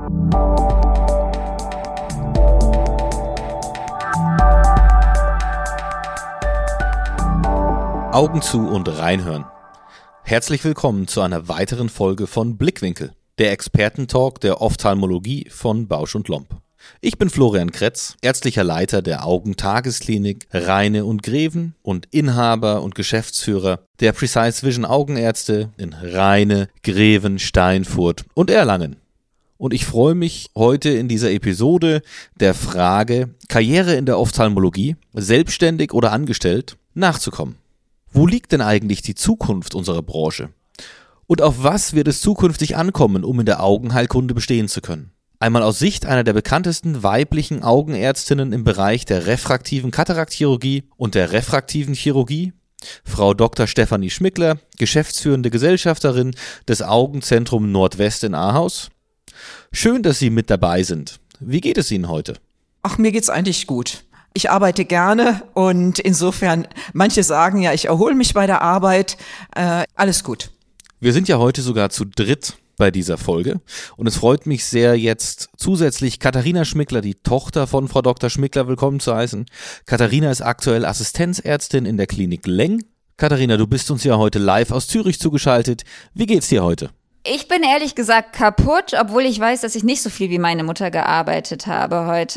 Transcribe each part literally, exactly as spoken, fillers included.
Augen zu und reinhören. Herzlich willkommen zu einer weiteren Folge von Blickwinkel, der Expertentalk der Ophthalmologie von Bausch und Lomb. Ich bin Florian Kretz, ärztlicher Leiter der Augentagesklinik Rheine und Greven und Inhaber und Geschäftsführer der Precise Vision Augenärzte in Rheine, Greven, Steinfurt und Erlangen. Und ich freue mich heute in dieser Episode der Frage, Karriere in der Ophthalmologie, selbstständig oder angestellt, nachzukommen. Wo liegt denn eigentlich die Zukunft unserer Branche? Und auf was wird es zukünftig ankommen, um in der Augenheilkunde bestehen zu können? Einmal aus Sicht einer der bekanntesten weiblichen Augenärztinnen im Bereich der refraktiven Kataraktchirurgie und der refraktiven Chirurgie, Frau Doktor Stefanie Schmickler, geschäftsführende Gesellschafterin des Augenzentrum Nordwest in Ahaus. Schön, dass Sie mit dabei sind. Wie geht es Ihnen heute? Ach, mir geht's eigentlich gut. Ich arbeite gerne und insofern, manche sagen ja, ich erhole mich bei der Arbeit. Äh, alles gut. Wir sind ja heute sogar zu dritt bei dieser Folge und es freut mich sehr, jetzt zusätzlich Katharina Schmickler, die Tochter von Frau Doktor Schmickler, willkommen zu heißen. Katharina ist aktuell Assistenzärztin in der Klinik Leng. Katharina, du bist uns ja heute live aus Zürich zugeschaltet. Wie geht's dir heute? Ich bin ehrlich gesagt kaputt, obwohl ich weiß, dass ich nicht so viel wie meine Mutter gearbeitet habe heute.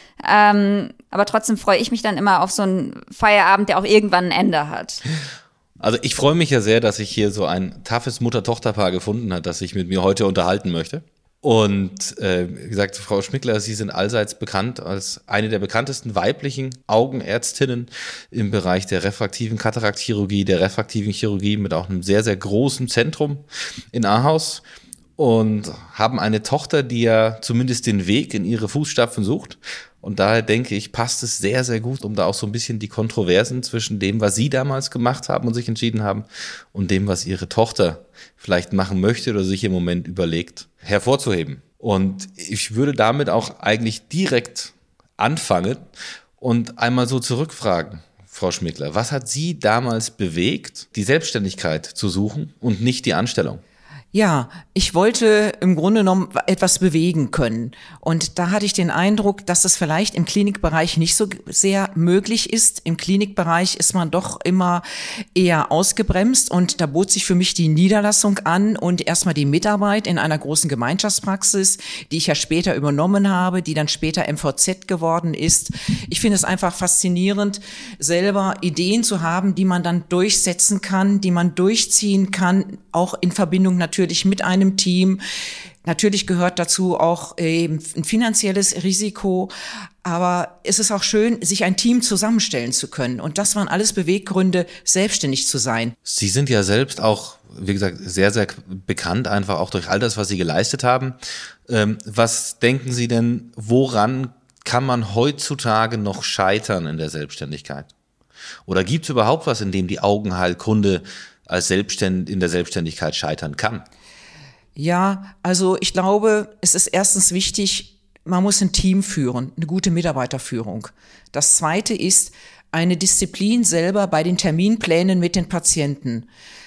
Ähm, aber trotzdem freue ich mich dann immer auf so einen Feierabend, der auch irgendwann ein Ende hat. Also ich freue mich ja sehr, dass sich hier so ein toughes Mutter-Tochter-Paar gefunden hat, das sich mit mir heute unterhalten möchte. Und äh, wie gesagt, Frau Schmickler, Sie sind allseits bekannt als eine der bekanntesten weiblichen Augenärztinnen im Bereich der refraktiven Kataraktchirurgie, der refraktiven Chirurgie mit auch einem sehr, sehr großen Zentrum in Ahaus. Und haben eine Tochter, die ja zumindest den Weg in ihre Fußstapfen sucht. Und daher denke ich, passt es sehr, sehr gut, um da auch so ein bisschen die Kontroversen zwischen dem, was Sie damals gemacht haben und sich entschieden haben, und dem, was Ihre Tochter vielleicht machen möchte oder sich im Moment überlegt, hervorzuheben. Und ich würde damit auch eigentlich direkt anfangen und einmal so zurückfragen, Frau Schmickler, was hat Sie damals bewegt, die Selbstständigkeit zu suchen und nicht die Anstellung? Ja, ich wollte im Grunde genommen etwas bewegen können. Und da hatte ich den Eindruck, dass das vielleicht im Klinikbereich nicht so sehr möglich ist. Im Klinikbereich ist man doch immer eher ausgebremst. Und da bot sich für mich die Niederlassung an und erstmal die Mitarbeit in einer großen Gemeinschaftspraxis, die ich ja später übernommen habe, die dann später M V Z geworden ist. Ich finde es einfach faszinierend, selber Ideen zu haben, die man dann durchsetzen kann, die man durchziehen kann, auch in Verbindung natürlich Natürlich mit einem Team. Natürlich gehört dazu auch eben ein finanzielles Risiko. Aber es ist auch schön, sich ein Team zusammenstellen zu können. Und das waren alles Beweggründe, selbstständig zu sein. Sie sind ja selbst auch, wie gesagt, sehr, sehr bekannt, einfach auch durch all das, was Sie geleistet haben. Ähm, was denken Sie denn, woran kann man heutzutage noch scheitern in der Selbstständigkeit? Oder gibt es überhaupt was, in dem die Augenheilkunde als Selbstständ- in der Selbstständigkeit scheitern kann? Ja, also ich glaube, es ist erstens wichtig, man muss ein Team führen, eine gute Mitarbeiterführung. Das Zweite ist eine Disziplin selber bei den Terminplänen mit den Patienten.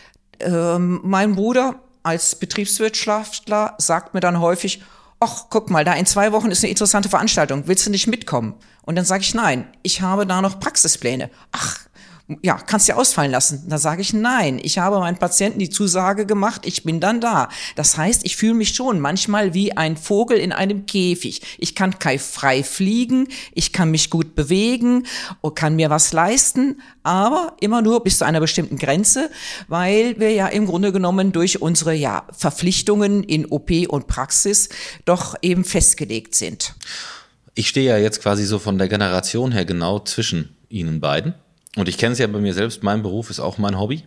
Ähm, mein Bruder als Betriebswirtschaftler sagt mir dann häufig, ach, guck mal, da in zwei Wochen ist eine interessante Veranstaltung, willst du nicht mitkommen? Und dann sage ich, nein, ich habe da noch Praxispläne. Ach, ja, kannst du ausfallen lassen. Da sage ich, nein, ich habe meinen Patienten die Zusage gemacht, ich bin dann da. Das heißt, ich fühle mich schon manchmal wie ein Vogel in einem Käfig. Ich kann kein frei fliegen, ich kann mich gut bewegen und kann mir was leisten, aber immer nur bis zu einer bestimmten Grenze, weil wir ja im Grunde genommen durch unsere ja, Verpflichtungen in O P und Praxis doch eben festgelegt sind. Ich stehe ja jetzt quasi so von der Generation her genau zwischen Ihnen beiden. Und ich kenne es ja bei mir selbst, mein Beruf ist auch mein Hobby.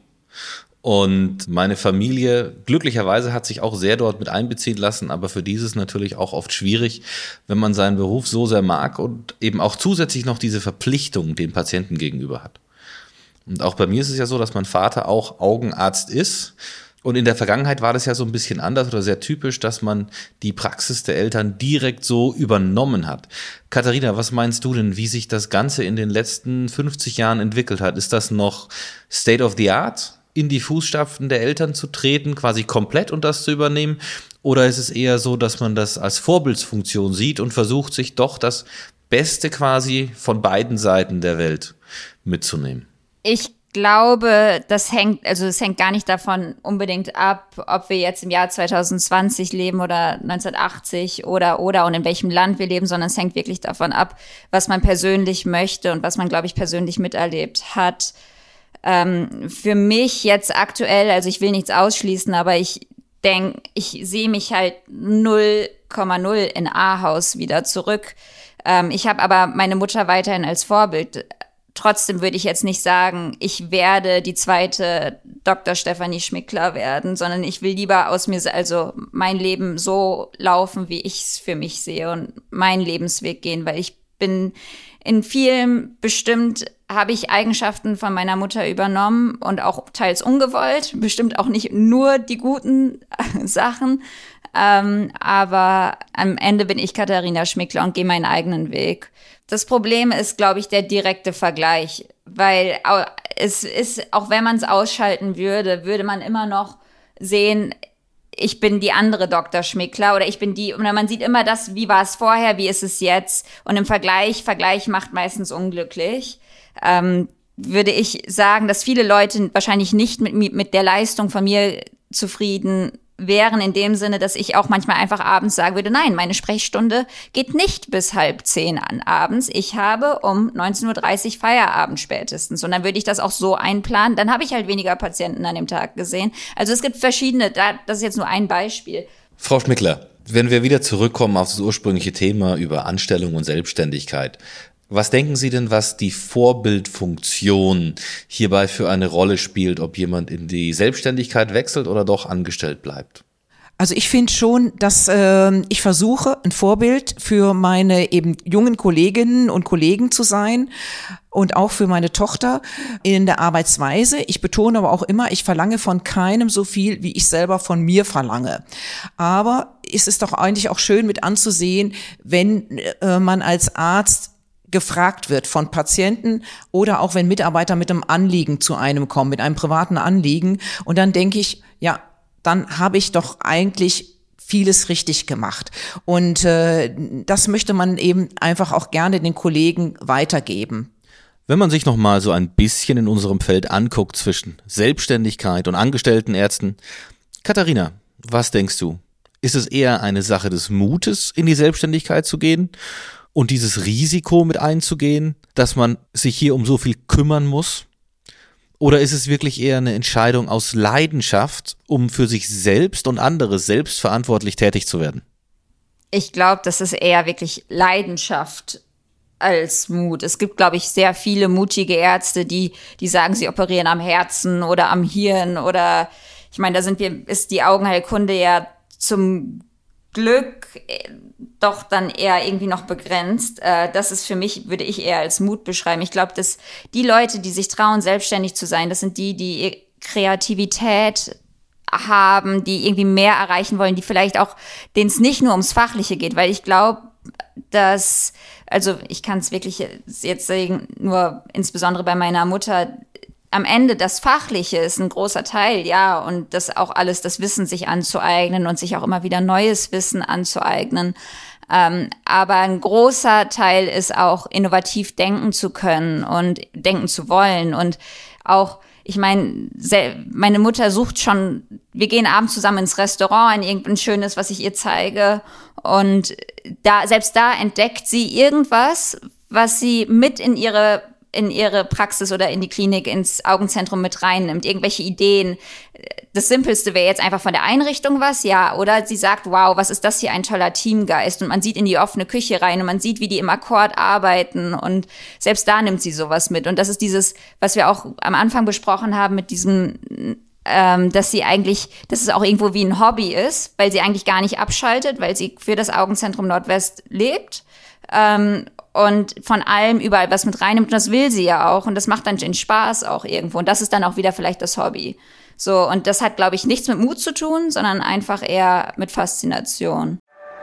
Und meine Familie glücklicherweise hat sich auch sehr dort mit einbeziehen lassen, aber für dieses natürlich auch oft schwierig, wenn man seinen Beruf so sehr mag und eben auch zusätzlich noch diese Verpflichtung den Patienten gegenüber hat. Und auch bei mir ist es ja so, dass mein Vater auch Augenarzt ist. Und in der Vergangenheit war das ja so ein bisschen anders oder sehr typisch, dass man die Praxis der Eltern direkt so übernommen hat. Katharina, was meinst du denn, wie sich das Ganze in den letzten fünfzig Jahren entwickelt hat? Ist das noch State of the Art, in die Fußstapfen der Eltern zu treten, quasi komplett und das zu übernehmen? Oder ist es eher so, dass man das als Vorbildsfunktion sieht und versucht, sich doch das Beste quasi von beiden Seiten der Welt mitzunehmen? Ich glaube, das hängt, also es hängt gar nicht davon unbedingt ab, ob wir jetzt im Jahr zwanzig zwanzig leben oder neunzehnhundertachtzig oder, oder und in welchem Land wir leben, sondern es hängt wirklich davon ab, was man persönlich möchte und was man, glaube ich, persönlich miterlebt hat. Ähm, für mich jetzt aktuell, also ich will nichts ausschließen, aber ich denke, ich sehe mich halt null Komma null in Ahaus wieder zurück. Ähm, ich habe aber meine Mutter weiterhin als Vorbild. Trotzdem würde ich jetzt nicht sagen, ich werde die zweite Doktor Stefanie Schmickler werden, sondern ich will lieber aus mir, also mein Leben so laufen, wie ich es für mich sehe und meinen Lebensweg gehen, weil ich bin in vielem bestimmt, habe ich Eigenschaften von meiner Mutter übernommen und auch teils ungewollt, bestimmt auch nicht nur die guten Sachen, ähm, aber am Ende bin ich Katharina Schmickler und gehe meinen eigenen Weg. Das Problem ist, glaube ich, der direkte Vergleich, weil es ist, auch wenn man es ausschalten würde, würde man immer noch sehen, ich bin die andere Doktor Schmickler oder ich bin die, oder man sieht immer das, wie war es vorher, wie ist es jetzt, und im Vergleich, Vergleich macht meistens unglücklich. Ähm, würde ich sagen, dass viele Leute wahrscheinlich nicht mit, mit der Leistung von mir zufrieden wären, in dem Sinne, dass ich auch manchmal einfach abends sagen würde, nein, meine Sprechstunde geht nicht bis halb zehn an abends. Ich habe um neunzehn Uhr dreißig Feierabend spätestens. Und dann würde ich das auch so einplanen. Dann habe ich halt weniger Patienten an dem Tag gesehen. Also es gibt verschiedene, das ist jetzt nur ein Beispiel. Frau Schmickler, wenn wir wieder zurückkommen auf das ursprüngliche Thema über Anstellung und Selbstständigkeit, was denken Sie denn, was die Vorbildfunktion hierbei für eine Rolle spielt, ob jemand in die Selbstständigkeit wechselt oder doch angestellt bleibt? Also ich finde schon, dass äh, ich versuche, ein Vorbild für meine eben jungen Kolleginnen und Kollegen zu sein und auch für meine Tochter in der Arbeitsweise. Ich betone aber auch immer, ich verlange von keinem so viel, wie ich selber von mir verlange. Aber es ist doch eigentlich auch schön mit anzusehen, wenn äh, man als Arzt gefragt wird von Patienten oder auch wenn Mitarbeiter mit einem Anliegen zu einem kommen, mit einem privaten Anliegen. Und dann denke ich, ja, dann habe ich doch eigentlich vieles richtig gemacht. Und äh, das möchte man eben einfach auch gerne den Kollegen weitergeben. Wenn man sich nochmal so ein bisschen in unserem Feld anguckt zwischen Selbstständigkeit und Angestelltenärzten, Katharina, was denkst du? Ist es eher eine Sache des Mutes, in die Selbstständigkeit zu gehen und dieses Risiko mit einzugehen, dass man sich hier um so viel kümmern muss? Oder ist es wirklich eher eine Entscheidung aus Leidenschaft, um für sich selbst und andere selbstverantwortlich tätig zu werden? Ich glaube, das ist eher wirklich Leidenschaft als Mut. Es gibt, glaube ich, sehr viele mutige Ärzte, die, die sagen, sie operieren am Herzen oder am Hirn oder, ich meine, da sind wir, ist die Augenheilkunde ja zum Glück doch dann eher irgendwie noch begrenzt. Das ist für mich, würde ich eher als Mut beschreiben. Ich glaube, dass die Leute, die sich trauen, selbstständig zu sein, das sind die, die Kreativität haben, die irgendwie mehr erreichen wollen, die vielleicht auch, denen es nicht nur ums Fachliche geht, weil ich glaube, dass, also ich kann es wirklich jetzt sagen, nur insbesondere bei meiner Mutter, am Ende das Fachliche ist ein großer Teil, ja, und das auch alles, das Wissen sich anzueignen und sich auch immer wieder neues Wissen anzueignen. Ähm, aber ein großer Teil ist auch, innovativ denken zu können und denken zu wollen. Und auch, ich meine, meine Mutter sucht schon, wir gehen abends zusammen ins Restaurant, in irgendein schönes, was ich ihr zeige. Und da, selbst da entdeckt sie irgendwas, was sie mit in ihre in ihre Praxis oder in die Klinik, ins Augenzentrum mit reinnimmt, irgendwelche Ideen. Das Simpelste wäre jetzt einfach von der Einrichtung was, ja, oder sie sagt, wow, was ist das hier, ein toller Teamgeist, und man sieht in die offene Küche rein und man sieht, wie die im Akkord arbeiten, und selbst da nimmt sie sowas mit. Und das ist dieses, was wir auch am Anfang besprochen haben, mit diesem, ähm, dass sie eigentlich, dass es auch irgendwo wie ein Hobby ist, weil sie eigentlich gar nicht abschaltet, weil sie für das Augenzentrum Nordwest lebt, ähm, und von allem überall was mit reinnimmt, und das will sie ja auch, und das macht dann den Spaß auch irgendwo, und das ist dann auch wieder vielleicht das Hobby. So, und das hat, glaube ich, nichts mit Mut zu tun, sondern einfach eher mit Faszination.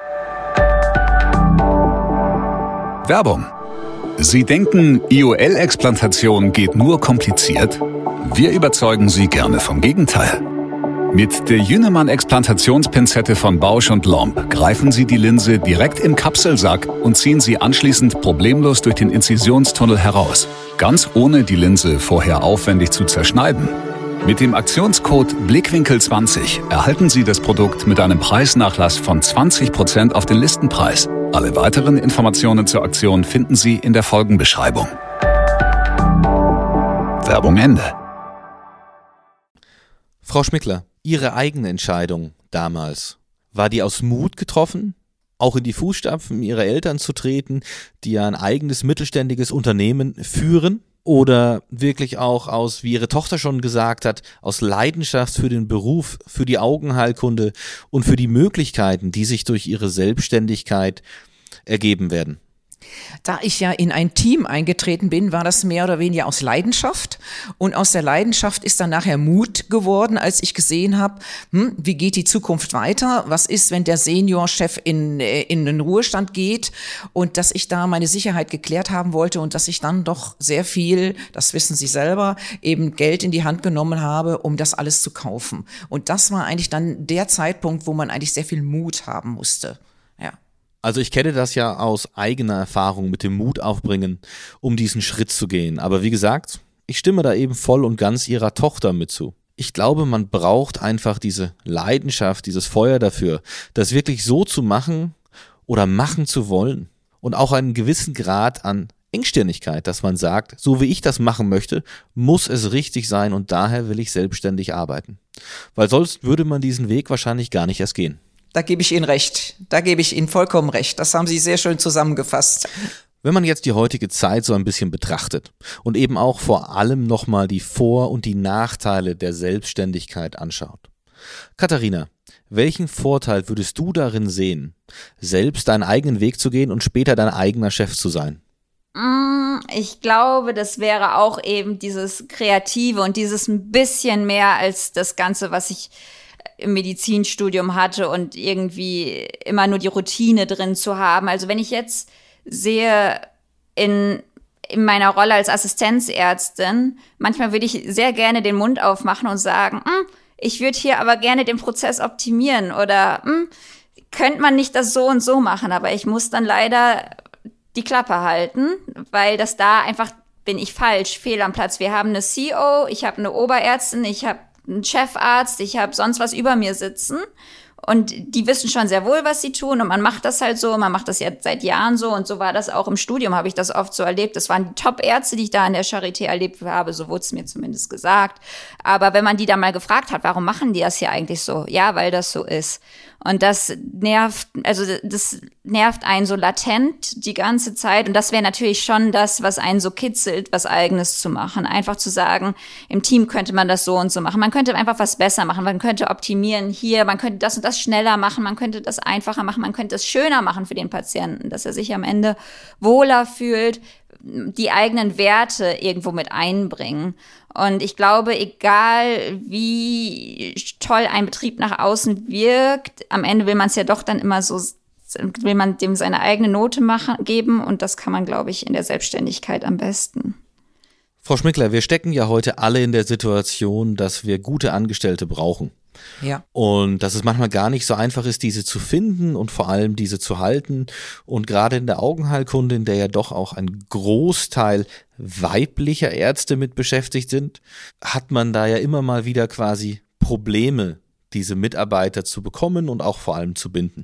Werbung. Sie denken, I O L-Explantation geht nur kompliziert? Wir überzeugen Sie gerne vom Gegenteil. Mit der Jünemann-Explantationspinzette von Bausch und Lomb greifen Sie die Linse direkt im Kapselsack und ziehen sie anschließend problemlos durch den Inzisionstunnel heraus. Ganz ohne die Linse vorher aufwendig zu zerschneiden. Mit dem Aktionscode Blickwinkel zwanzig erhalten Sie das Produkt mit einem Preisnachlass von zwanzig Prozent auf den Listenpreis. Alle weiteren Informationen zur Aktion finden Sie in der Folgenbeschreibung. Werbung Ende. Frau Schmickler, Ihre eigene Entscheidung damals, war die aus Mut getroffen, auch in die Fußstapfen Ihrer Eltern zu treten, die ja ein eigenes mittelständiges Unternehmen führen? Oder wirklich auch aus, wie Ihre Tochter schon gesagt hat, aus Leidenschaft für den Beruf, für die Augenheilkunde und für die Möglichkeiten, die sich durch Ihre Selbstständigkeit ergeben werden? Da ich ja in ein Team eingetreten bin, war das mehr oder weniger aus Leidenschaft. Und aus der Leidenschaft ist dann nachher Mut geworden, als ich gesehen habe, hm, wie geht die Zukunft weiter? Was ist, wenn der Seniorchef in, in den Ruhestand geht? Und dass ich da meine Sicherheit geklärt haben wollte und dass ich dann doch sehr viel, das wissen Sie selber, eben Geld in die Hand genommen habe, um das alles zu kaufen. Und das war eigentlich dann der Zeitpunkt, wo man eigentlich sehr viel Mut haben musste. Ja. Also ich kenne das ja aus eigener Erfahrung mit dem Mut aufbringen, um diesen Schritt zu gehen. Aber wie gesagt, ich stimme da eben voll und ganz Ihrer Tochter mit zu. Ich glaube, man braucht einfach diese Leidenschaft, dieses Feuer dafür, das wirklich so zu machen oder machen zu wollen. Und auch einen gewissen Grad an Engstirnigkeit, dass man sagt, so wie ich das machen möchte, muss es richtig sein und daher will ich selbstständig arbeiten. Weil sonst würde man diesen Weg wahrscheinlich gar nicht erst gehen. Da gebe ich Ihnen recht. Da gebe ich Ihnen vollkommen recht. Das haben Sie sehr schön zusammengefasst. Wenn man jetzt die heutige Zeit so ein bisschen betrachtet und eben auch vor allem nochmal die Vor- und die Nachteile der Selbstständigkeit anschaut. Katharina, welchen Vorteil würdest du darin sehen, selbst deinen eigenen Weg zu gehen und später dein eigener Chef zu sein? Ich glaube, das wäre auch eben dieses Kreative und dieses ein bisschen mehr als das Ganze, was ich im Medizinstudium hatte und irgendwie immer nur die Routine drin zu haben. Also wenn ich jetzt sehe in, in meiner Rolle als Assistenzärztin, manchmal würde ich sehr gerne den Mund aufmachen und sagen, ich würde hier aber gerne den Prozess optimieren oder könnte man nicht das so und so machen, aber ich muss dann leider die Klappe halten, weil das da einfach, bin ich falsch, fehl am Platz. Wir haben eine C E O, ich habe eine Oberärztin, ich habe ein Chefarzt, ich habe sonst was über mir sitzen und die wissen schon sehr wohl, was sie tun und man macht das halt so, man macht das jetzt seit Jahren so und so war das auch im Studium, habe ich das oft so erlebt. Das waren die Top-Ärzte, die ich da an der Charité erlebt habe, so wurde es mir zumindest gesagt. Aber wenn man die dann mal gefragt hat, warum machen die das hier eigentlich so? Ja, weil das so ist. Und das nervt, also das nervt einen so latent die ganze Zeit. Und das wäre natürlich schon das, was einen so kitzelt, was Eigenes zu machen. Einfach zu sagen, im Team könnte man das so und so machen. Man könnte einfach was besser machen. Man könnte optimieren hier. Man könnte das und das schneller machen. Man könnte das einfacher machen. Man könnte es schöner machen für den Patienten, dass er sich am Ende wohler fühlt, die eigenen Werte irgendwo mit einbringen. Und ich glaube, egal wie toll ein Betrieb nach außen wirkt, am Ende will man es ja doch dann immer so, will man dem seine eigene Note machen, geben. Und das kann man, glaube ich, in der Selbstständigkeit am besten. Frau Schmickler, wir stecken ja heute alle in der Situation, dass wir gute Angestellte brauchen. Ja. Und dass es manchmal gar nicht so einfach ist, diese zu finden und vor allem diese zu halten. Und gerade in der Augenheilkunde, in der ja doch auch ein Großteil weiblicher Ärzte mit beschäftigt sind, hat man da ja immer mal wieder quasi Probleme, diese Mitarbeiter zu bekommen und auch vor allem zu binden.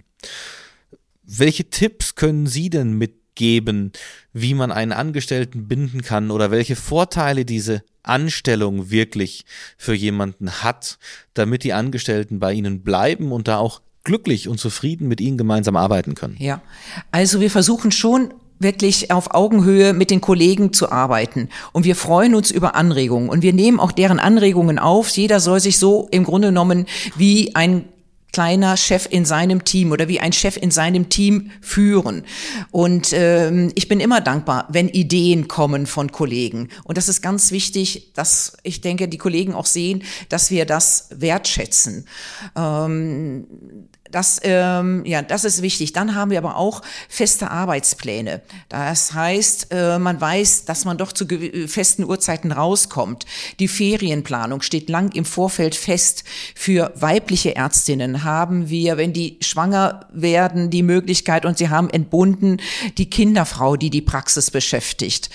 Welche Tipps können Sie denn mitgeben, wie man einen Angestellten binden kann oder welche Vorteile diese Anstellung wirklich für jemanden hat, damit die Angestellten bei Ihnen bleiben und da auch glücklich und zufrieden mit Ihnen gemeinsam arbeiten können? Ja, also wir versuchen schon wirklich auf Augenhöhe mit den Kollegen zu arbeiten. Und wir freuen uns über Anregungen. Und wir nehmen auch deren Anregungen auf. Jeder soll sich so im Grunde genommen wie ein kleiner Chef in seinem Team oder wie ein Chef in seinem Team führen. Und ähm, ich bin immer dankbar, wenn Ideen kommen von Kollegen. Und das ist ganz wichtig, dass ich denke, die Kollegen auch sehen, dass wir das wertschätzen. Ähm, Das, ähm, ja, das ist wichtig. Dann haben wir aber auch feste Arbeitspläne. Das heißt, äh, man weiß, dass man doch zu ge- festen Uhrzeiten rauskommt. Die Ferienplanung steht lang im Vorfeld fest. Für weibliche Ärztinnen haben wir, wenn die schwanger werden, die Möglichkeit, und sie haben entbunden, die Kinderfrau, die die Praxis beschäftigt.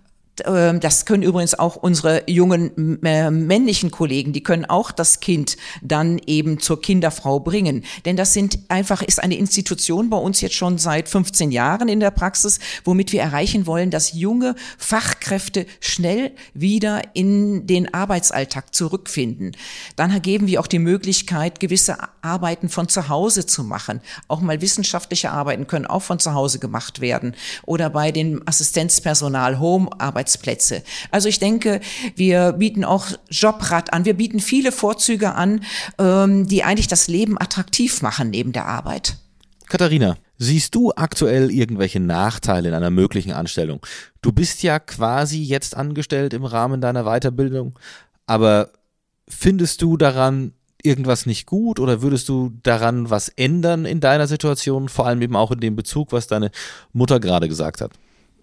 Das können übrigens auch unsere jungen äh, männlichen Kollegen, die können auch das Kind dann eben zur Kinderfrau bringen. Denn das sind einfach, ist eine Institution bei uns jetzt schon seit fünfzehn Jahren in der Praxis, womit wir erreichen wollen, dass junge Fachkräfte schnell wieder in den Arbeitsalltag zurückfinden. Dann geben wir auch die Möglichkeit, gewisse Arbeiten von zu Hause zu machen. Auch mal wissenschaftliche Arbeiten können auch von zu Hause gemacht werden. Oder bei dem Assistenzpersonal Home-Arbeit. Plätze. Also ich denke, wir bieten auch Jobrad an, wir bieten viele Vorzüge an, die eigentlich das Leben attraktiv machen neben der Arbeit. Katharina, siehst du aktuell irgendwelche Nachteile in einer möglichen Anstellung? Du bist ja quasi jetzt angestellt im Rahmen deiner Weiterbildung, aber findest du daran irgendwas nicht gut oder würdest du daran was ändern in deiner Situation, vor allem eben auch in dem Bezug, was deine Mutter gerade gesagt hat?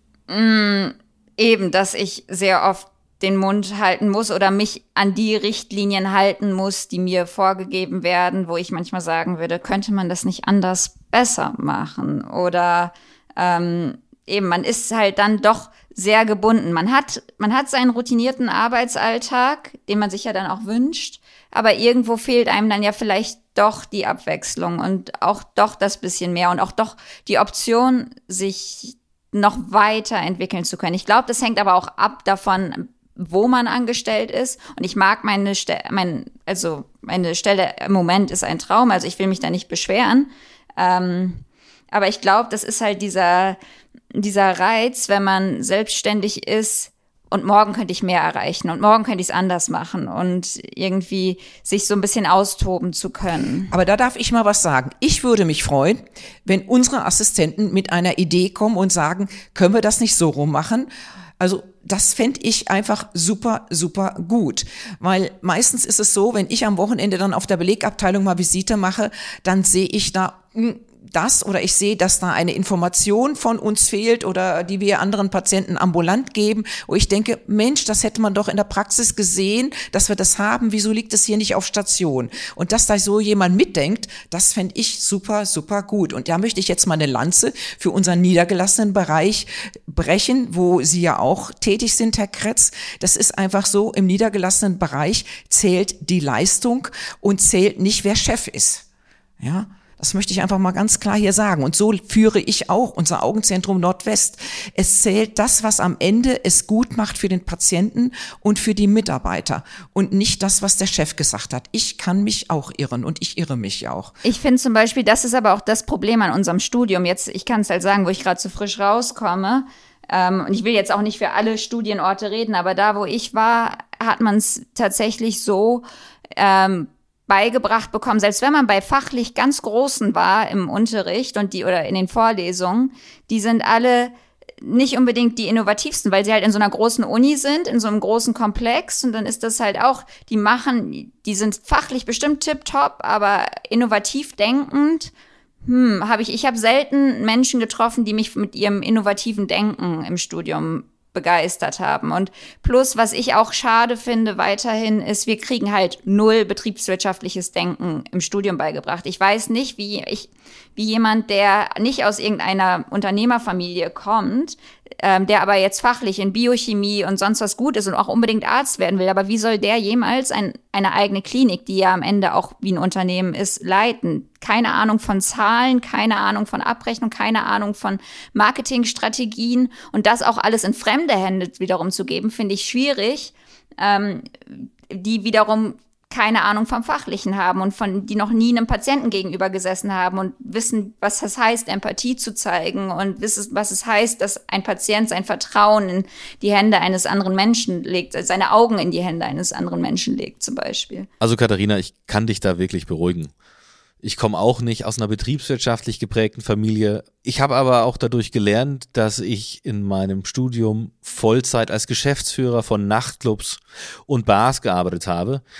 Mm. Eben, dass ich sehr oft den Mund halten muss oder mich an die Richtlinien halten muss, die mir vorgegeben werden, wo ich manchmal sagen würde, könnte man das nicht anders besser machen? Oder ähm, eben, man ist halt dann doch sehr gebunden. Man hat, man hat seinen routinierten Arbeitsalltag, den man sich ja dann auch wünscht, aber irgendwo fehlt einem dann ja vielleicht doch die Abwechslung und auch doch das bisschen mehr und auch doch die Option, sich noch weiterentwickeln zu können. Ich glaube, das hängt aber auch ab davon, wo man angestellt ist. Und ich mag meine Stelle, mein, also meine Stelle im Moment ist ein Traum, also ich will mich da nicht beschweren. Ähm, aber ich glaube, das ist halt dieser, dieser Reiz, wenn man selbstständig ist, und morgen könnte ich mehr erreichen und morgen könnte ich es anders machen und irgendwie sich so ein bisschen austoben zu können. Aber da darf ich mal was sagen. Ich würde mich freuen, wenn unsere Assistenten mit einer Idee kommen und sagen, können wir das nicht so rum machen? Also das fände ich einfach super, super gut. Weil meistens ist es so, wenn ich am Wochenende dann auf der Belegabteilung mal Visite mache, dann sehe ich da mh, das oder ich sehe, dass da eine Information von uns fehlt oder die wir anderen Patienten ambulant geben, wo ich denke, Mensch, das hätte man doch in der Praxis gesehen, dass wir das haben, wieso liegt es hier nicht auf Station? Und dass da so jemand mitdenkt, das fände ich super, super gut. Und da möchte ich jetzt mal eine Lanze für unseren niedergelassenen Bereich brechen, wo Sie ja auch tätig sind, Herr Kretz. Das ist einfach so, im niedergelassenen Bereich zählt die Leistung und zählt nicht, wer Chef ist. Ja, das möchte ich einfach mal ganz klar hier sagen. Und so führe ich auch unser Augenzentrum Nordwest. Es zählt das, was am Ende es gut macht für den Patienten und für die Mitarbeiter. Und nicht das, was der Chef gesagt hat. Ich kann mich auch irren und ich irre mich auch. Ich finde zum Beispiel, das ist aber auch das Problem an unserem Studium. Jetzt, ich kann es halt sagen, wo ich gerade so frisch rauskomme. Ähm, und ich will jetzt auch nicht für alle Studienorte reden, aber da, wo ich war, hat man es tatsächlich so ähm, beigebracht bekommen, selbst wenn man bei fachlich ganz Großen war im Unterricht und die oder in den Vorlesungen, die sind alle nicht unbedingt die innovativsten, weil sie halt in so einer großen Uni sind, in so einem großen Komplex und dann ist das halt auch, die machen, die sind fachlich bestimmt tipptopp, aber innovativ denkend, hm, habe ich, ich habe selten Menschen getroffen, die mich mit ihrem innovativen Denken im Studium begeistert haben. Und plus, was ich auch schade finde weiterhin, ist, wir kriegen halt null betriebswirtschaftliches Denken im Studium beigebracht. Ich weiß nicht, wie ich, wie jemand, der nicht aus irgendeiner Unternehmerfamilie kommt, ähm, der aber jetzt fachlich in Biochemie und sonst was gut ist und auch unbedingt Arzt werden will, aber wie soll der jemals ein, eine eigene Klinik, die ja am Ende auch wie ein Unternehmen ist, leiten? Keine Ahnung von Zahlen, keine Ahnung von Abrechnung, keine Ahnung von Marketingstrategien und das auch alles in fremde Hände wiederum zu geben, finde ich schwierig, ähm, die wiederum keine Ahnung vom Fachlichen haben und von die noch nie einem Patienten gegenüber gesessen haben und wissen, was das heißt, Empathie zu zeigen und wissen, was es heißt, dass ein Patient sein Vertrauen in die Hände eines anderen Menschen legt, seine Augen in die Hände eines anderen Menschen legt zum Beispiel. Also Katharina, ich kann dich da wirklich beruhigen. Ich komme auch nicht aus einer betriebswirtschaftlich geprägten Familie. Ich habe aber auch dadurch gelernt, dass ich in meinem Studium Vollzeit als Geschäftsführer von Nachtclubs und Bars gearbeitet habe.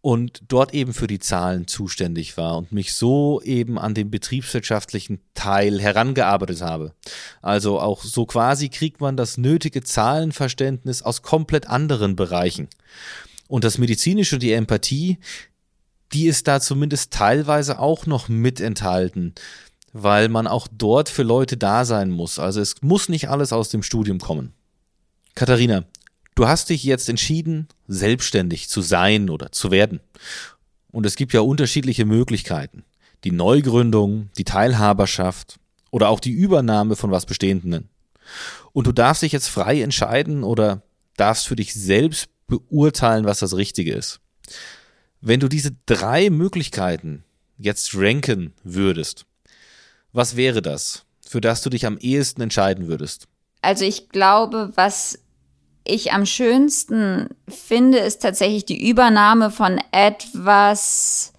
und dort eben für die Zahlen zuständig war und mich so eben an den betriebswirtschaftlichen Teil herangearbeitet habe. Also auch so quasi kriegt man das nötige Zahlenverständnis aus komplett anderen Bereichen. Und das Medizinische und die Empathie, die ist da zumindest teilweise auch noch mit enthalten, weil man auch dort für Leute da sein muss. Also es muss nicht alles aus dem Studium kommen. Katharina, du hast dich jetzt entschieden, selbstständig zu sein oder zu werden. Und es gibt ja unterschiedliche Möglichkeiten. Die Neugründung, die Teilhaberschaft oder auch die Übernahme von was Bestehenden. Und du darfst dich jetzt frei entscheiden oder darfst für dich selbst beurteilen, was das Richtige ist. Wenn du diese drei Möglichkeiten jetzt ranken würdest, was wäre das, für das du dich am ehesten entscheiden würdest? Also ich glaube, was ich am schönsten finde, ist tatsächlich die Übernahme von etwas,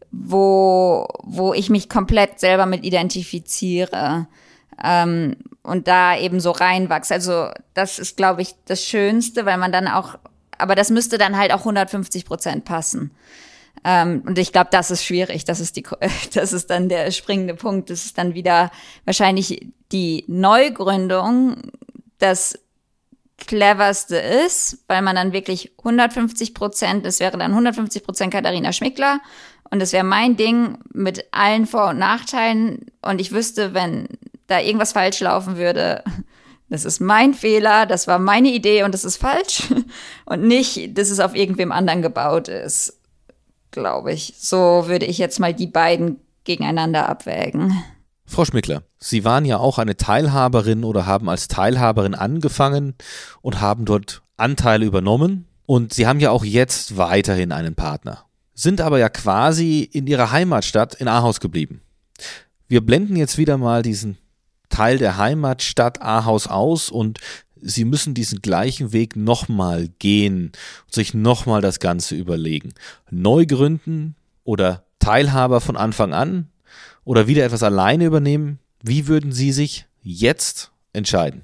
wo, wo ich mich komplett selber mit identifiziere ähm, und da eben so reinwachse. Also das ist, glaube ich, das Schönste, weil man dann auch, aber das müsste dann halt auch hundertfünfzig Prozent passen. Ähm, und ich glaube, das ist schwierig. Das ist die, das ist dann der springende Punkt. Das ist dann wieder wahrscheinlich die Neugründung, das cleverste ist, weil man dann wirklich hundertfünfzig Prozent, es wäre dann hundertfünfzig Prozent Katharina Schmickler und es wäre mein Ding mit allen Vor- und Nachteilen und ich wüsste, wenn da irgendwas falsch laufen würde, das ist mein Fehler, das war meine Idee und das ist falsch und nicht, dass es auf irgendwem anderen gebaut ist, glaube ich. So würde ich jetzt mal die beiden gegeneinander abwägen. Frau Schmickler, Sie waren ja auch eine Teilhaberin oder haben als Teilhaberin angefangen und haben dort Anteile übernommen. Und Sie haben ja auch jetzt weiterhin einen Partner, sind aber ja quasi in Ihrer Heimatstadt in Ahaus geblieben. Wir blenden jetzt wieder mal diesen Teil der Heimatstadt Ahaus aus und Sie müssen diesen gleichen Weg nochmal gehen und sich nochmal das Ganze überlegen. Neu gründen oder Teilhaber von Anfang an? Oder wieder etwas alleine übernehmen? Wie würden Sie sich jetzt entscheiden?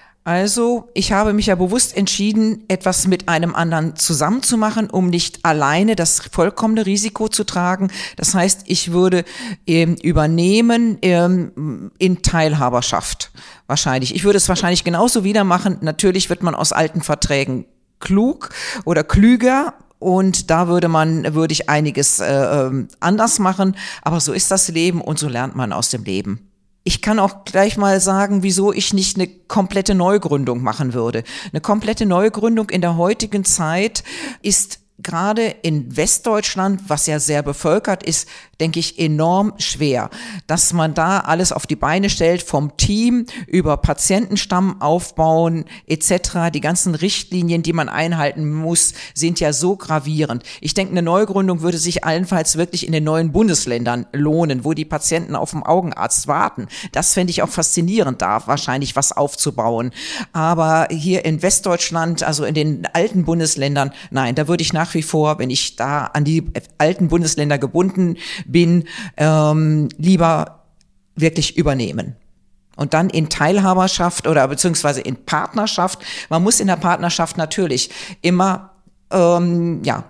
Also, ich habe mich ja bewusst entschieden, etwas mit einem anderen zusammen zu machen, um nicht alleine das vollkommene Risiko zu tragen. Das heißt, ich würde ähm, übernehmen ähm, in Teilhaberschaft wahrscheinlich. Ich würde es wahrscheinlich genauso wieder machen. Natürlich wird man aus alten Verträgen klug oder klüger. Und da würde man, würde ich einiges äh, anders machen, aber so ist das Leben und so lernt man aus dem Leben. Ich kann auch gleich mal sagen, wieso ich nicht eine komplette Neugründung machen würde. Eine komplette Neugründung in der heutigen Zeit ist gerade in Westdeutschland, was ja sehr bevölkert ist, denke ich, enorm schwer, dass man da alles auf die Beine stellt, vom Team über Patientenstamm aufbauen et cetera. Die ganzen Richtlinien, die man einhalten muss, sind ja so gravierend. Ich denke, eine Neugründung würde sich allenfalls wirklich in den neuen Bundesländern lohnen, wo die Patienten auf den Augenarzt warten. Das fände ich auch faszinierend, da wahrscheinlich was aufzubauen. Aber hier in Westdeutschland, also in den alten Bundesländern, nein, da würde ich nach wie vor, wenn ich da an die alten Bundesländer gebunden bin, ähm, lieber wirklich übernehmen. Und dann in Teilhaberschaft oder beziehungsweise in Partnerschaft. Man muss in der Partnerschaft natürlich immer ähm, ja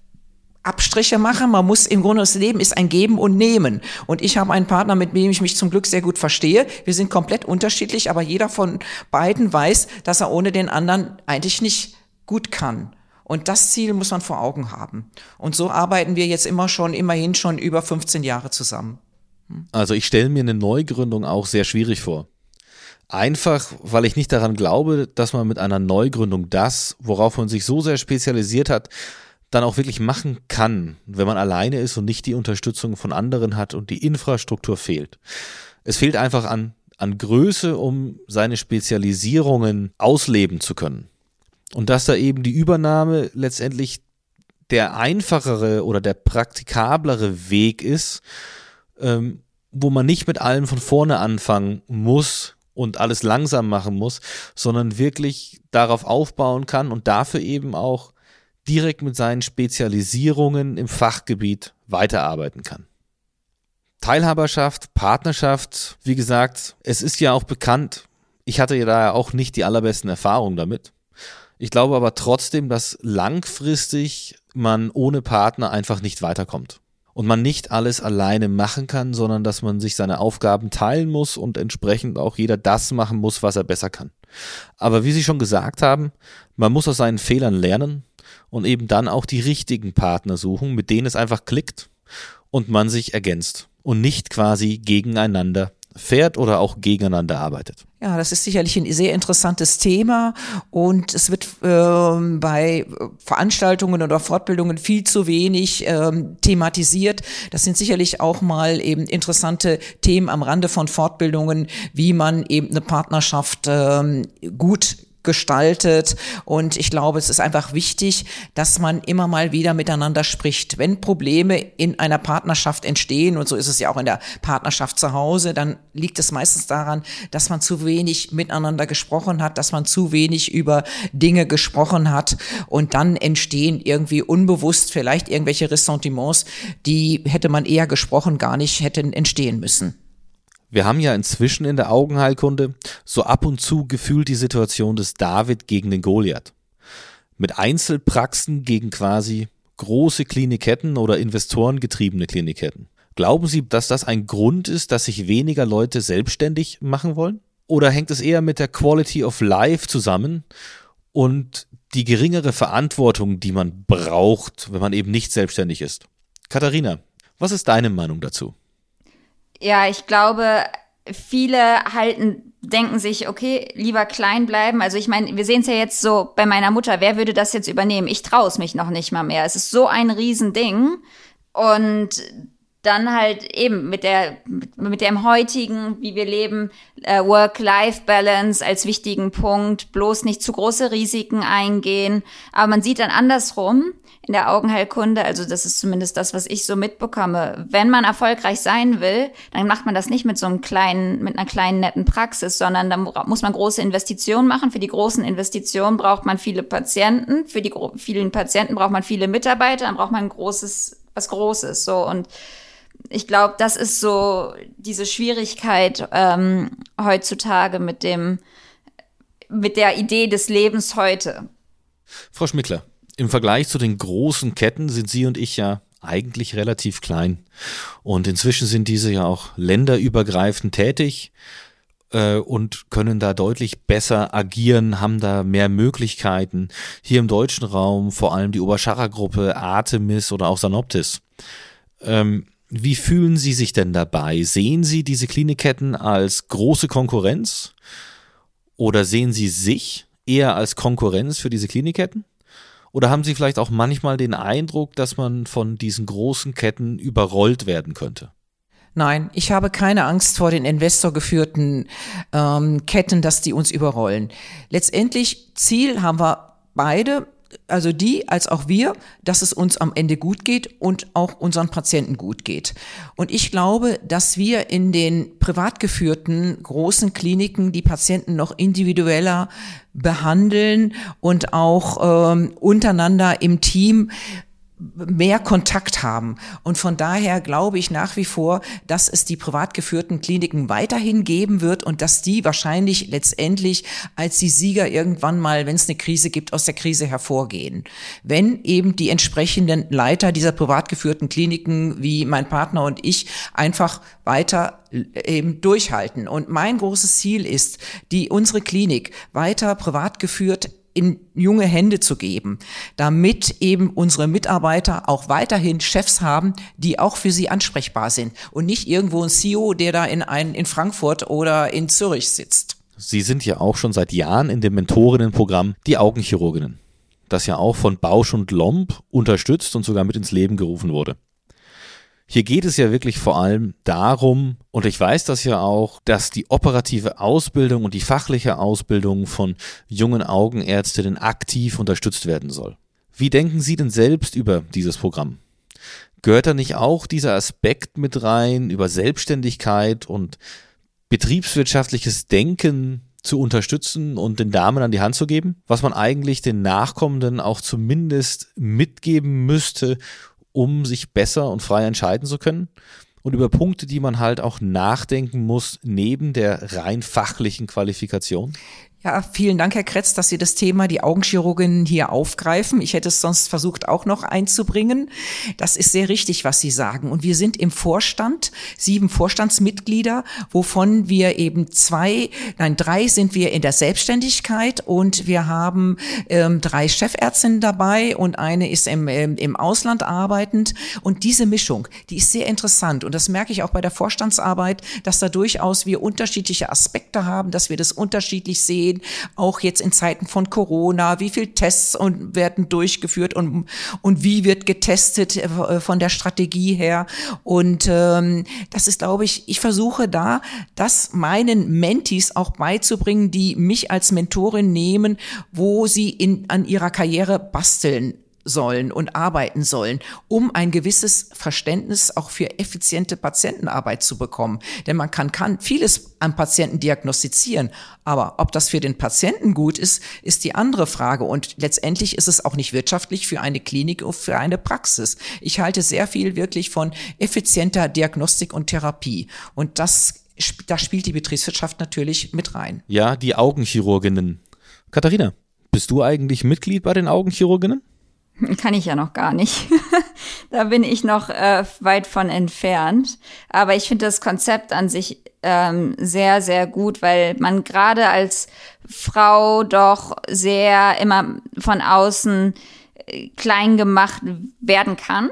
Abstriche machen. Man muss im Grunde, das Leben ist ein Geben und Nehmen. Und ich habe einen Partner, mit dem ich mich zum Glück sehr gut verstehe. Wir sind komplett unterschiedlich, aber jeder von beiden weiß, dass er ohne den anderen eigentlich nicht gut kann. Und das Ziel muss man vor Augen haben. Und so arbeiten wir jetzt immer schon, immerhin schon über fünfzehn Jahre zusammen. Hm? Also ich stelle mir eine Neugründung auch sehr schwierig vor. Einfach, weil ich nicht daran glaube, dass man mit einer Neugründung das, worauf man sich so sehr spezialisiert hat, dann auch wirklich machen kann, wenn man alleine ist und nicht die Unterstützung von anderen hat und die Infrastruktur fehlt. Es fehlt einfach an, an Größe, um seine Spezialisierungen ausleben zu können. Und dass da eben die Übernahme letztendlich der einfachere oder der praktikablere Weg ist, ähm, wo man nicht mit allem von vorne anfangen muss und alles langsam machen muss, sondern wirklich darauf aufbauen kann und dafür eben auch direkt mit seinen Spezialisierungen im Fachgebiet weiterarbeiten kann. Teilhaberschaft, Partnerschaft, wie gesagt, es ist ja auch bekannt, ich hatte ja da auch nicht die allerbesten Erfahrungen damit. Ich glaube aber trotzdem, dass langfristig man ohne Partner einfach nicht weiterkommt. Und man nicht alles alleine machen kann, sondern dass man sich seine Aufgaben teilen muss und entsprechend auch jeder das machen muss, was er besser kann. Aber wie Sie schon gesagt haben, man muss aus seinen Fehlern lernen und eben dann auch die richtigen Partner suchen, mit denen es einfach klickt und man sich ergänzt und nicht quasi gegeneinander fährt oder auch gegeneinander arbeitet. Ja, das ist sicherlich ein sehr interessantes Thema und es wird ähm, bei Veranstaltungen oder Fortbildungen viel zu wenig ähm, thematisiert. Das sind sicherlich auch mal eben interessante Themen am Rande von Fortbildungen, wie man eben eine Partnerschaft ähm, gut gestaltet. Und ich glaube, es ist einfach wichtig, dass man immer mal wieder miteinander spricht. Wenn Probleme in einer Partnerschaft entstehen, und so ist es ja auch in der Partnerschaft zu Hause, dann liegt es meistens daran, dass man zu wenig miteinander gesprochen hat, dass man zu wenig über Dinge gesprochen hat. Und dann entstehen irgendwie unbewusst vielleicht irgendwelche Ressentiments, die hätte man eher gesprochen, gar nicht hätten entstehen müssen. Wir haben ja inzwischen in der Augenheilkunde so ab und zu gefühlt die Situation des David gegen den Goliath. Mit Einzelpraxen gegen quasi große Klinikketten oder investorengetriebene Klinikketten. Glauben Sie, dass das ein Grund ist, dass sich weniger Leute selbstständig machen wollen? Oder hängt es eher mit der Quality of Life zusammen und die geringere Verantwortung, die man braucht, wenn man eben nicht selbstständig ist? Katharina, was ist deine Meinung dazu? Ja, ich glaube, viele halten, denken sich, okay, lieber klein bleiben. Also ich meine, wir sehen es ja jetzt so bei meiner Mutter, wer würde das jetzt übernehmen? Ich traue es mich noch nicht mal mehr. Es ist so ein Riesending. Und dann halt eben mit der mit, mit dem heutigen, wie wir leben, äh, Work-Life-Balance als wichtigen Punkt, bloß nicht zu große Risiken eingehen. Aber man sieht dann andersrum in der Augenheilkunde, also das ist zumindest das, was ich so mitbekomme. Wenn man erfolgreich sein will, dann macht man das nicht mit so einem kleinen, mit einer kleinen netten Praxis, sondern da muss man große Investitionen machen. Für die großen Investitionen braucht man viele Patienten, für die gro- vielen Patienten braucht man viele Mitarbeiter, dann braucht man ein großes, was Großes, so. Und ich glaube, das ist so diese Schwierigkeit ähm, heutzutage mit dem, mit der Idee des Lebens heute. Frau Schmickler, im Vergleich zu den großen Ketten sind Sie und ich ja eigentlich relativ klein. Und inzwischen sind diese ja auch länderübergreifend tätig äh, und können da deutlich besser agieren, haben da mehr Möglichkeiten. Hier im deutschen Raum vor allem die Oberscharrer-Gruppe, Artemis oder auch Sanoptis. Ähm, wie fühlen Sie sich denn dabei? Sehen Sie diese Klinikketten als große Konkurrenz oder sehen Sie sich eher als Konkurrenz für diese Klinikketten? Oder haben Sie vielleicht auch manchmal den Eindruck, dass man von diesen großen Ketten überrollt werden könnte? Nein, ich habe keine Angst vor den investorgeführten ähm, Ketten, dass die uns überrollen. Letztendlich Ziel haben wir beide, also die als auch wir, dass es uns am Ende gut geht und auch unseren Patienten gut geht. Und ich glaube, dass wir in den privat geführten großen Kliniken die Patienten noch individueller behandeln und auch ähm, untereinander im Team mehr Kontakt haben. Und von daher glaube ich nach wie vor, dass es die privat geführten Kliniken weiterhin geben wird und dass die wahrscheinlich letztendlich als die Sieger irgendwann mal, wenn es eine Krise gibt, aus der Krise hervorgehen. Wenn eben die entsprechenden Leiter dieser privat geführten Kliniken, wie mein Partner und ich, einfach weiter eben durchhalten. Und mein großes Ziel ist, die unsere Klinik weiter privat geführt in junge Hände zu geben, damit eben unsere Mitarbeiter auch weiterhin Chefs haben, die auch für sie ansprechbar sind und nicht irgendwo ein C E O, der da in ein, in Frankfurt oder in Zürich sitzt. Sie sind ja auch schon seit Jahren in dem Mentorinnenprogramm Die Augenchirurginnen, das ja auch von Bausch und Lomb unterstützt und sogar mit ins Leben gerufen wurde. Hier geht es ja wirklich vor allem darum, und ich weiß das ja auch, dass die operative Ausbildung und die fachliche Ausbildung von jungen Augenärztinnen aktiv unterstützt werden soll. Wie denken Sie denn selbst über dieses Programm? Gehört da nicht auch dieser Aspekt mit rein, über Selbstständigkeit und betriebswirtschaftliches Denken zu unterstützen und den Damen an die Hand zu geben? Was man eigentlich den Nachkommenden auch zumindest mitgeben müsste, um sich besser und frei entscheiden zu können und über Punkte, die man halt auch nachdenken muss, neben der rein fachlichen Qualifikation? Ja, vielen Dank, Herr Kretz, dass Sie das Thema die Augenchirurginnen hier aufgreifen. Ich hätte es sonst versucht auch noch einzubringen. Das ist sehr richtig, was Sie sagen. Und wir sind im Vorstand, sieben Vorstandsmitglieder, wovon wir eben zwei, nein, drei sind wir in der Selbstständigkeit und wir haben ähm, drei Chefärztinnen dabei und eine ist im, ähm, im Ausland arbeitend. Und diese Mischung, die ist sehr interessant. Und das merke ich auch bei der Vorstandsarbeit, dass da durchaus wir unterschiedliche Aspekte haben, dass wir das unterschiedlich sehen. Auch jetzt in Zeiten von Corona, wie viele Tests und werden durchgeführt und, und wie wird getestet von der Strategie her. Und ähm, das ist, glaube ich, ich versuche da, das meinen Mentees auch beizubringen, die mich als Mentorin nehmen, wo sie in, an ihrer Karriere basteln sollen und arbeiten sollen, um ein gewisses Verständnis auch für effiziente Patientenarbeit zu bekommen. Denn man kann, kann vieles am Patienten diagnostizieren, aber ob das für den Patienten gut ist, ist die andere Frage. Und letztendlich ist es auch nicht wirtschaftlich für eine Klinik oder für eine Praxis. Ich halte sehr viel wirklich von effizienter Diagnostik und Therapie. Und das, da spielt die Betriebswirtschaft natürlich mit rein. Ja, die Augenchirurginnen. Katharina, bist du eigentlich Mitglied bei den Augenchirurginnen? Kann ich ja noch gar nicht. Da bin ich noch äh, weit von entfernt. Aber ich finde das Konzept an sich ähm, sehr, sehr gut, weil man gerade als Frau doch sehr immer von außen äh, klein gemacht werden kann.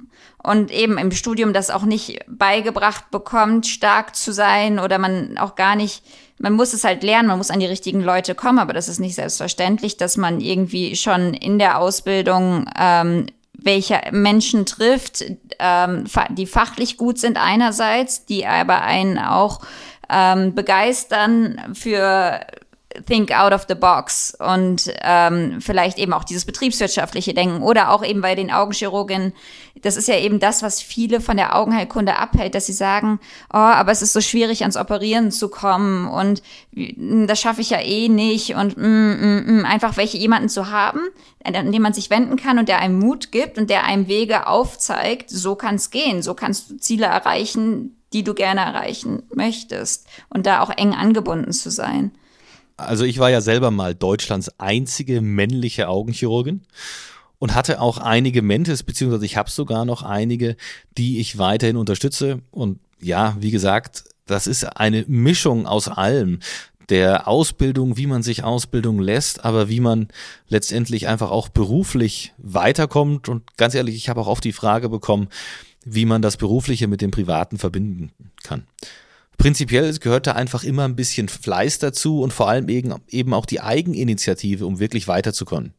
Und eben im Studium das auch nicht beigebracht bekommt, stark zu sein oder man auch gar nicht, man muss es halt lernen, man muss an die richtigen Leute kommen, aber das ist nicht selbstverständlich, dass man irgendwie schon in der Ausbildung ähm, welche Menschen trifft, ähm, die fachlich gut sind einerseits, die aber einen auch ähm, begeistern für Think out of the box und ähm, vielleicht eben auch dieses betriebswirtschaftliche Denken oder auch eben bei den Augenchirurgen, das ist ja eben das, was viele von der Augenheilkunde abhält, dass sie sagen, oh, aber es ist so schwierig, ans Operieren zu kommen und das schaffe ich ja eh nicht und mm, mm, mm, einfach welche jemanden zu haben, an dem man sich wenden kann und der einem Mut gibt und der einem Wege aufzeigt, so kann es gehen, so kannst du Ziele erreichen, die du gerne erreichen möchtest und da auch eng angebunden zu sein. Also ich war ja selber mal Deutschlands einzige männliche Augenchirurgin und hatte auch einige Mentes, beziehungsweise ich habe sogar noch einige, die ich weiterhin unterstütze. Und ja, wie gesagt, das ist eine Mischung aus allem. Der Ausbildung, wie man sich Ausbildung lässt, aber wie man letztendlich einfach auch beruflich weiterkommt. Und ganz ehrlich, ich habe auch oft die Frage bekommen, wie man das Berufliche mit dem Privaten verbinden kann. Prinzipiell gehört da einfach immer ein bisschen Fleiß dazu und vor allem eben auch die Eigeninitiative, um wirklich weiterzukommen.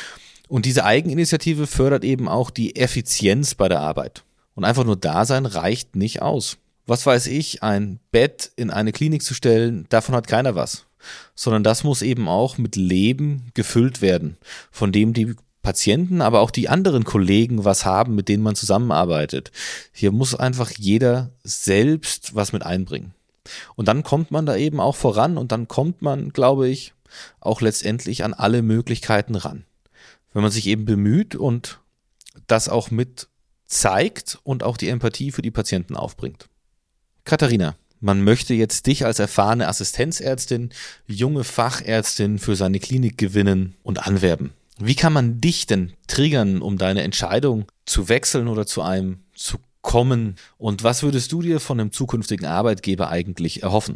Und diese Eigeninitiative fördert eben auch die Effizienz bei der Arbeit. Und einfach nur da sein reicht nicht aus. Was weiß ich, ein Bett in eine Klinik zu stellen, davon hat keiner was. Sondern das muss eben auch mit Leben gefüllt werden, von dem die Patienten, aber auch die anderen Kollegen was haben, mit denen man zusammenarbeitet. Hier muss einfach jeder selbst was mit einbringen. Und dann kommt man da eben auch voran und dann kommt man, glaube ich, auch letztendlich an alle Möglichkeiten ran. Wenn man sich eben bemüht und das auch mit zeigt und auch die Empathie für die Patienten aufbringt. Katharina, man möchte jetzt dich als erfahrene Assistenzärztin, junge Fachärztin für seine Klinik gewinnen und anwerben. Wie kann man dich denn triggern, um deine Entscheidung zu wechseln oder zu einem zu kommen? Und was würdest du dir von einem zukünftigen Arbeitgeber eigentlich erhoffen?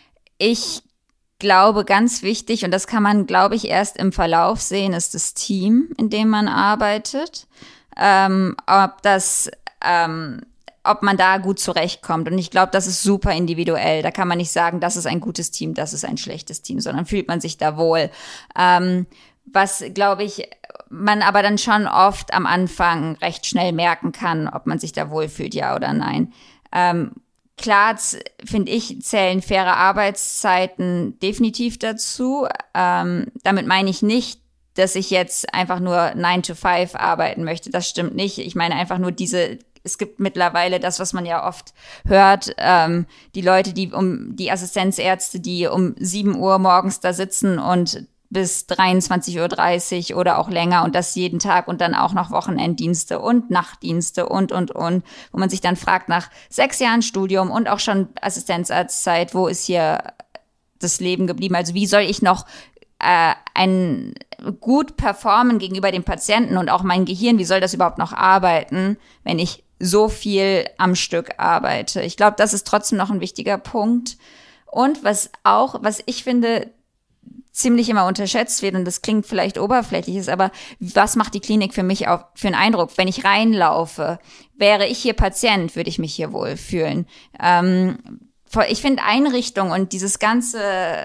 Ich glaube, ganz wichtig, und das kann man, glaube ich, erst im Verlauf sehen, ist das Team, in dem man arbeitet. Ähm, ob das, ähm, ob man da gut zurechtkommt. Und ich glaube, das ist super individuell. Da kann man nicht sagen, das ist ein gutes Team, das ist ein schlechtes Team, sondern fühlt man sich da wohl. Ähm, Was, glaube ich, man aber dann schon oft am Anfang recht schnell merken kann, ob man sich da wohlfühlt, ja oder nein. Ähm, klar, finde ich, zählen faire Arbeitszeiten definitiv dazu. Ähm, damit meine ich nicht, dass ich jetzt einfach nur nine to five arbeiten möchte. Das stimmt nicht. Ich meine einfach nur diese, es gibt mittlerweile das, was man ja oft hört, ähm, die Leute, die um, die Assistenzärzte, die um sieben Uhr morgens da sitzen und bis dreiundzwanzig Uhr dreißig oder auch länger und das jeden Tag und dann auch noch Wochenenddienste und Nachtdienste und, und, und, wo man sich dann fragt nach sechs Jahren Studium und auch schon Assistenzarztzeit, wo ist hier das Leben geblieben? Also wie soll ich noch äh, ein gut performen gegenüber dem Patienten und auch mein Gehirn, wie soll das überhaupt noch arbeiten, wenn ich so viel am Stück arbeite? Ich glaube, das ist trotzdem noch ein wichtiger Punkt. Und was auch, was ich finde, ziemlich immer unterschätzt wird, und das klingt vielleicht oberflächlich, ist aber, was macht die Klinik für mich auch für einen Eindruck? Wenn ich reinlaufe, wäre ich hier Patient, würde ich mich hier wohlfühlen. Ähm, ich finde Einrichtung und dieses ganze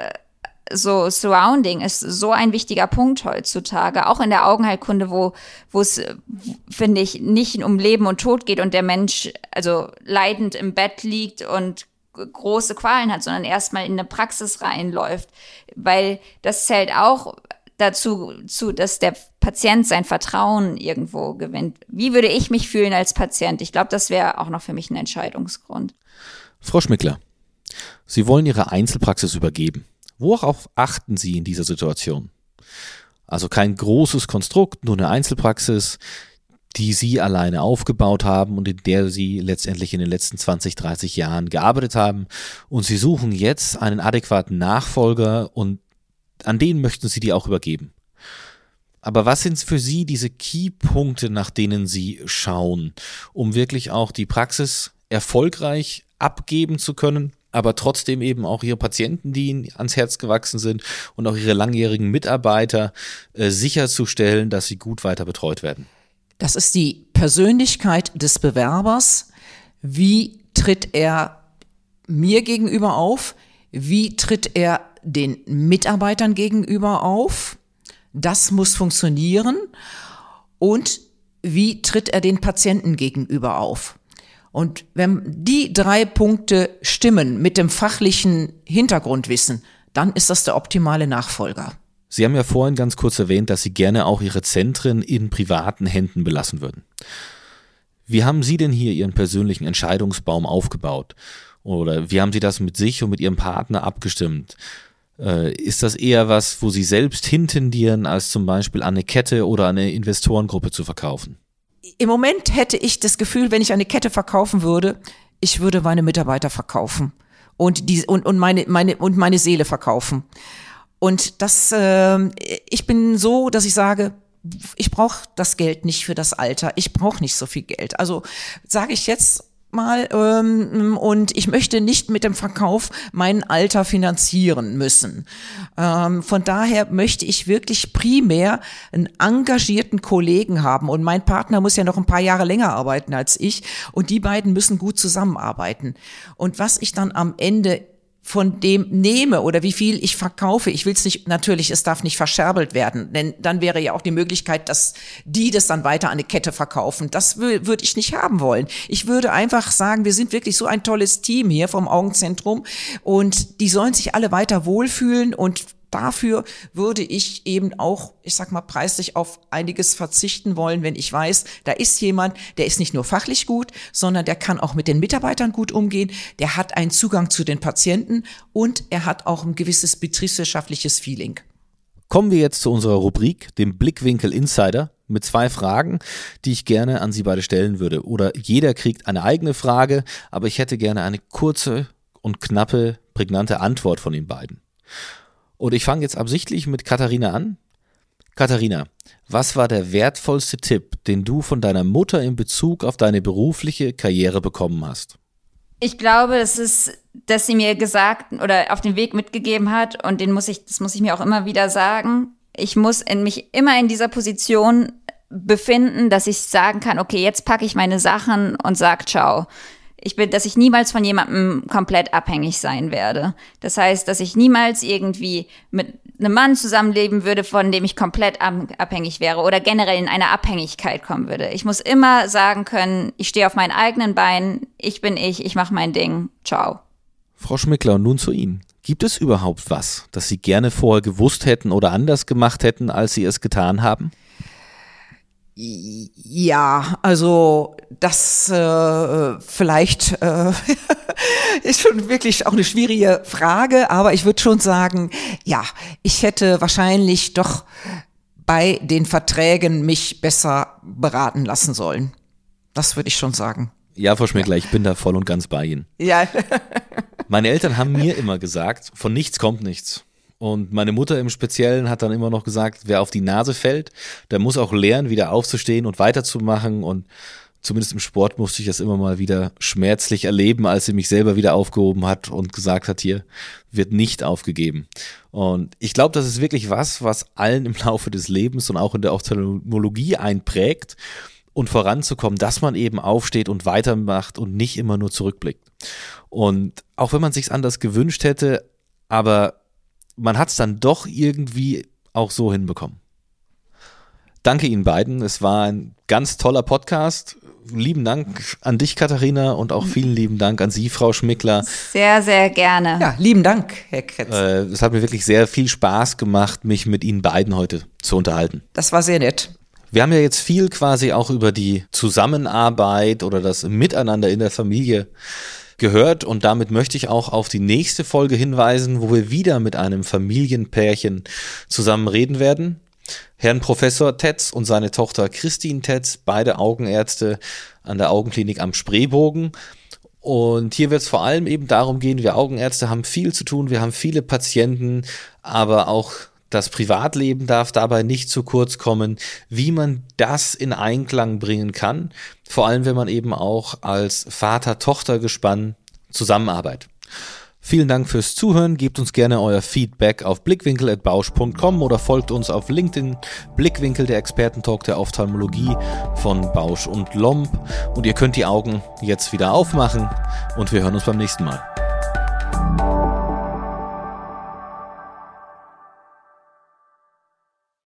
so Surrounding ist so ein wichtiger Punkt heutzutage, auch in der Augenheilkunde, wo wo es, finde ich, nicht um Leben und Tod geht und der Mensch also leidend im Bett liegt und große Qualen hat, sondern erstmal in eine Praxis reinläuft, weil das zählt auch dazu, zu, dass der Patient sein Vertrauen irgendwo gewinnt. Wie würde ich mich fühlen als Patient? Ich glaube, das wäre auch noch für mich ein Entscheidungsgrund. Frau Schmickler, Sie wollen Ihre Einzelpraxis übergeben. Worauf achten Sie in dieser Situation? Also kein großes Konstrukt, nur eine Einzelpraxis, die Sie alleine aufgebaut haben und in der Sie letztendlich in den letzten zwanzig, dreißig Jahren gearbeitet haben. Und Sie suchen jetzt einen adäquaten Nachfolger und an den möchten Sie die auch übergeben. Aber was sind für Sie diese Keypunkte, nach denen Sie schauen, um wirklich auch die Praxis erfolgreich abgeben zu können, aber trotzdem eben auch Ihre Patienten, die Ihnen ans Herz gewachsen sind und auch Ihre langjährigen Mitarbeiter äh, sicherzustellen, dass sie gut weiter betreut werden? Das ist die Persönlichkeit des Bewerbers. Wie tritt er mir gegenüber auf? Wie tritt er den Mitarbeitern gegenüber auf? Das muss funktionieren. Und wie tritt er den Patienten gegenüber auf? Und wenn die drei Punkte stimmen mit dem fachlichen Hintergrundwissen, dann ist das der optimale Nachfolger. Sie haben ja vorhin ganz kurz erwähnt, dass Sie gerne auch Ihre Zentren in privaten Händen belassen würden. Wie haben Sie denn hier Ihren persönlichen Entscheidungsbaum aufgebaut? Oder wie haben Sie das mit sich und mit Ihrem Partner abgestimmt? Äh, ist das eher was, wo Sie selbst hintendieren, als zum Beispiel an eine Kette oder an eine Investorengruppe zu verkaufen? Im Moment hätte ich das Gefühl, wenn ich eine Kette verkaufen würde, ich würde meine Mitarbeiter verkaufen und die und und meine meine und meine Seele verkaufen. Und das, äh, ich bin so, dass ich sage, ich brauche das Geld nicht für das Alter. Ich brauche nicht so viel Geld. Also sage ich jetzt mal, ähm, und ich möchte nicht mit dem Verkauf mein Alter finanzieren müssen. Ähm, von daher möchte ich wirklich primär einen engagierten Kollegen haben. Und mein Partner muss ja noch ein paar Jahre länger arbeiten als ich. Und die beiden müssen gut zusammenarbeiten. Und was ich dann am Ende von dem nehme oder wie viel ich verkaufe. Ich will es nicht, natürlich, es darf nicht verscherbelt werden, denn dann wäre ja auch die Möglichkeit, dass die das dann weiter an eine Kette verkaufen. Das w- würde ich nicht haben wollen. Ich würde einfach sagen, wir sind wirklich so ein tolles Team hier vom Augenzentrum und die sollen sich alle weiter wohlfühlen und dafür würde ich eben auch, ich sag mal, preislich auf einiges verzichten wollen, wenn ich weiß, da ist jemand, der ist nicht nur fachlich gut, sondern der kann auch mit den Mitarbeitern gut umgehen, der hat einen Zugang zu den Patienten und er hat auch ein gewisses betriebswirtschaftliches Feeling. Kommen wir jetzt zu unserer Rubrik, dem Blickwinkel Insider, mit zwei Fragen, die ich gerne an Sie beide stellen würde. Oder jeder kriegt eine eigene Frage, aber ich hätte gerne eine kurze und knappe, prägnante Antwort von Ihnen beiden. Und ich fange jetzt absichtlich mit Katharina an. Katharina, was war der wertvollste Tipp, den du von deiner Mutter in Bezug auf deine berufliche Karriere bekommen hast? Ich glaube, es ist, dass sie mir gesagt oder auf den Weg mitgegeben hat und den muss ich, das muss ich mir auch immer wieder sagen. Ich muss in mich immer in dieser Position befinden, dass ich sagen kann, okay, jetzt packe ich meine Sachen und sag ciao. Ich bin, dass ich niemals von jemandem komplett abhängig sein werde. Das heißt, dass ich niemals irgendwie mit einem Mann zusammenleben würde, von dem ich komplett abhängig wäre oder generell in eine Abhängigkeit kommen würde. Ich muss immer sagen können, ich stehe auf meinen eigenen Beinen, ich bin ich, ich mache mein Ding, ciao. Frau Schmickler, und nun zu Ihnen. Gibt es überhaupt was, das Sie gerne vorher gewusst hätten oder anders gemacht hätten, als Sie es getan haben? Ja, also das äh, vielleicht äh, ist schon wirklich auch eine schwierige Frage, aber ich würde schon sagen, ja, ich hätte wahrscheinlich doch bei den Verträgen mich besser beraten lassen sollen. Das würde ich schon sagen. Ja, Frau Schmickler, ja. Ich bin da voll und ganz bei Ihnen. Ja. Meine Eltern haben mir immer gesagt, von nichts kommt nichts. Und meine Mutter im Speziellen hat dann immer noch gesagt, wer auf die Nase fällt, der muss auch lernen, wieder aufzustehen und weiterzumachen. Und zumindest im Sport musste ich das immer mal wieder schmerzlich erleben, als sie mich selber wieder aufgehoben hat und gesagt hat, hier wird nicht aufgegeben. Und ich glaube, das ist wirklich was, was allen im Laufe des Lebens und auch in der Ophthalmologie einprägt und voranzukommen, dass man eben aufsteht und weitermacht und nicht immer nur zurückblickt. Und auch wenn man sich's anders gewünscht hätte, aber man hat es dann doch irgendwie auch so hinbekommen. Danke Ihnen beiden. Es war ein ganz toller Podcast. Lieben Dank an dich, Katharina, und auch vielen lieben Dank an Sie, Frau Schmickler. Sehr, sehr gerne. Ja, lieben Dank, Herr Kretz. Äh, es hat mir wirklich sehr viel Spaß gemacht, mich mit Ihnen beiden heute zu unterhalten. Das war sehr nett. Wir haben ja jetzt viel quasi auch über die Zusammenarbeit oder das Miteinander in der Familie gehört und damit möchte ich auch auf die nächste Folge hinweisen, wo wir wieder mit einem Familienpärchen zusammen reden werden. Herrn Professor Tetz und seine Tochter Christine Tetz, beide Augenärzte an der Augenklinik am Spreebogen. Und hier wird es vor allem eben darum gehen, wir Augenärzte haben viel zu tun, wir haben viele Patienten, aber auch das Privatleben darf dabei nicht zu kurz kommen, wie man das in Einklang bringen kann, vor allem wenn man eben auch als Vater-Tochter-Gespann zusammenarbeitet. Vielen Dank fürs Zuhören, gebt uns gerne euer Feedback auf blickwinkel at bausch punkt com oder folgt uns auf LinkedIn, Blickwinkel, der Expertentalk der Ophthalmologie von Bausch und Lomb. Und ihr könnt die Augen jetzt wieder aufmachen und wir hören uns beim nächsten Mal.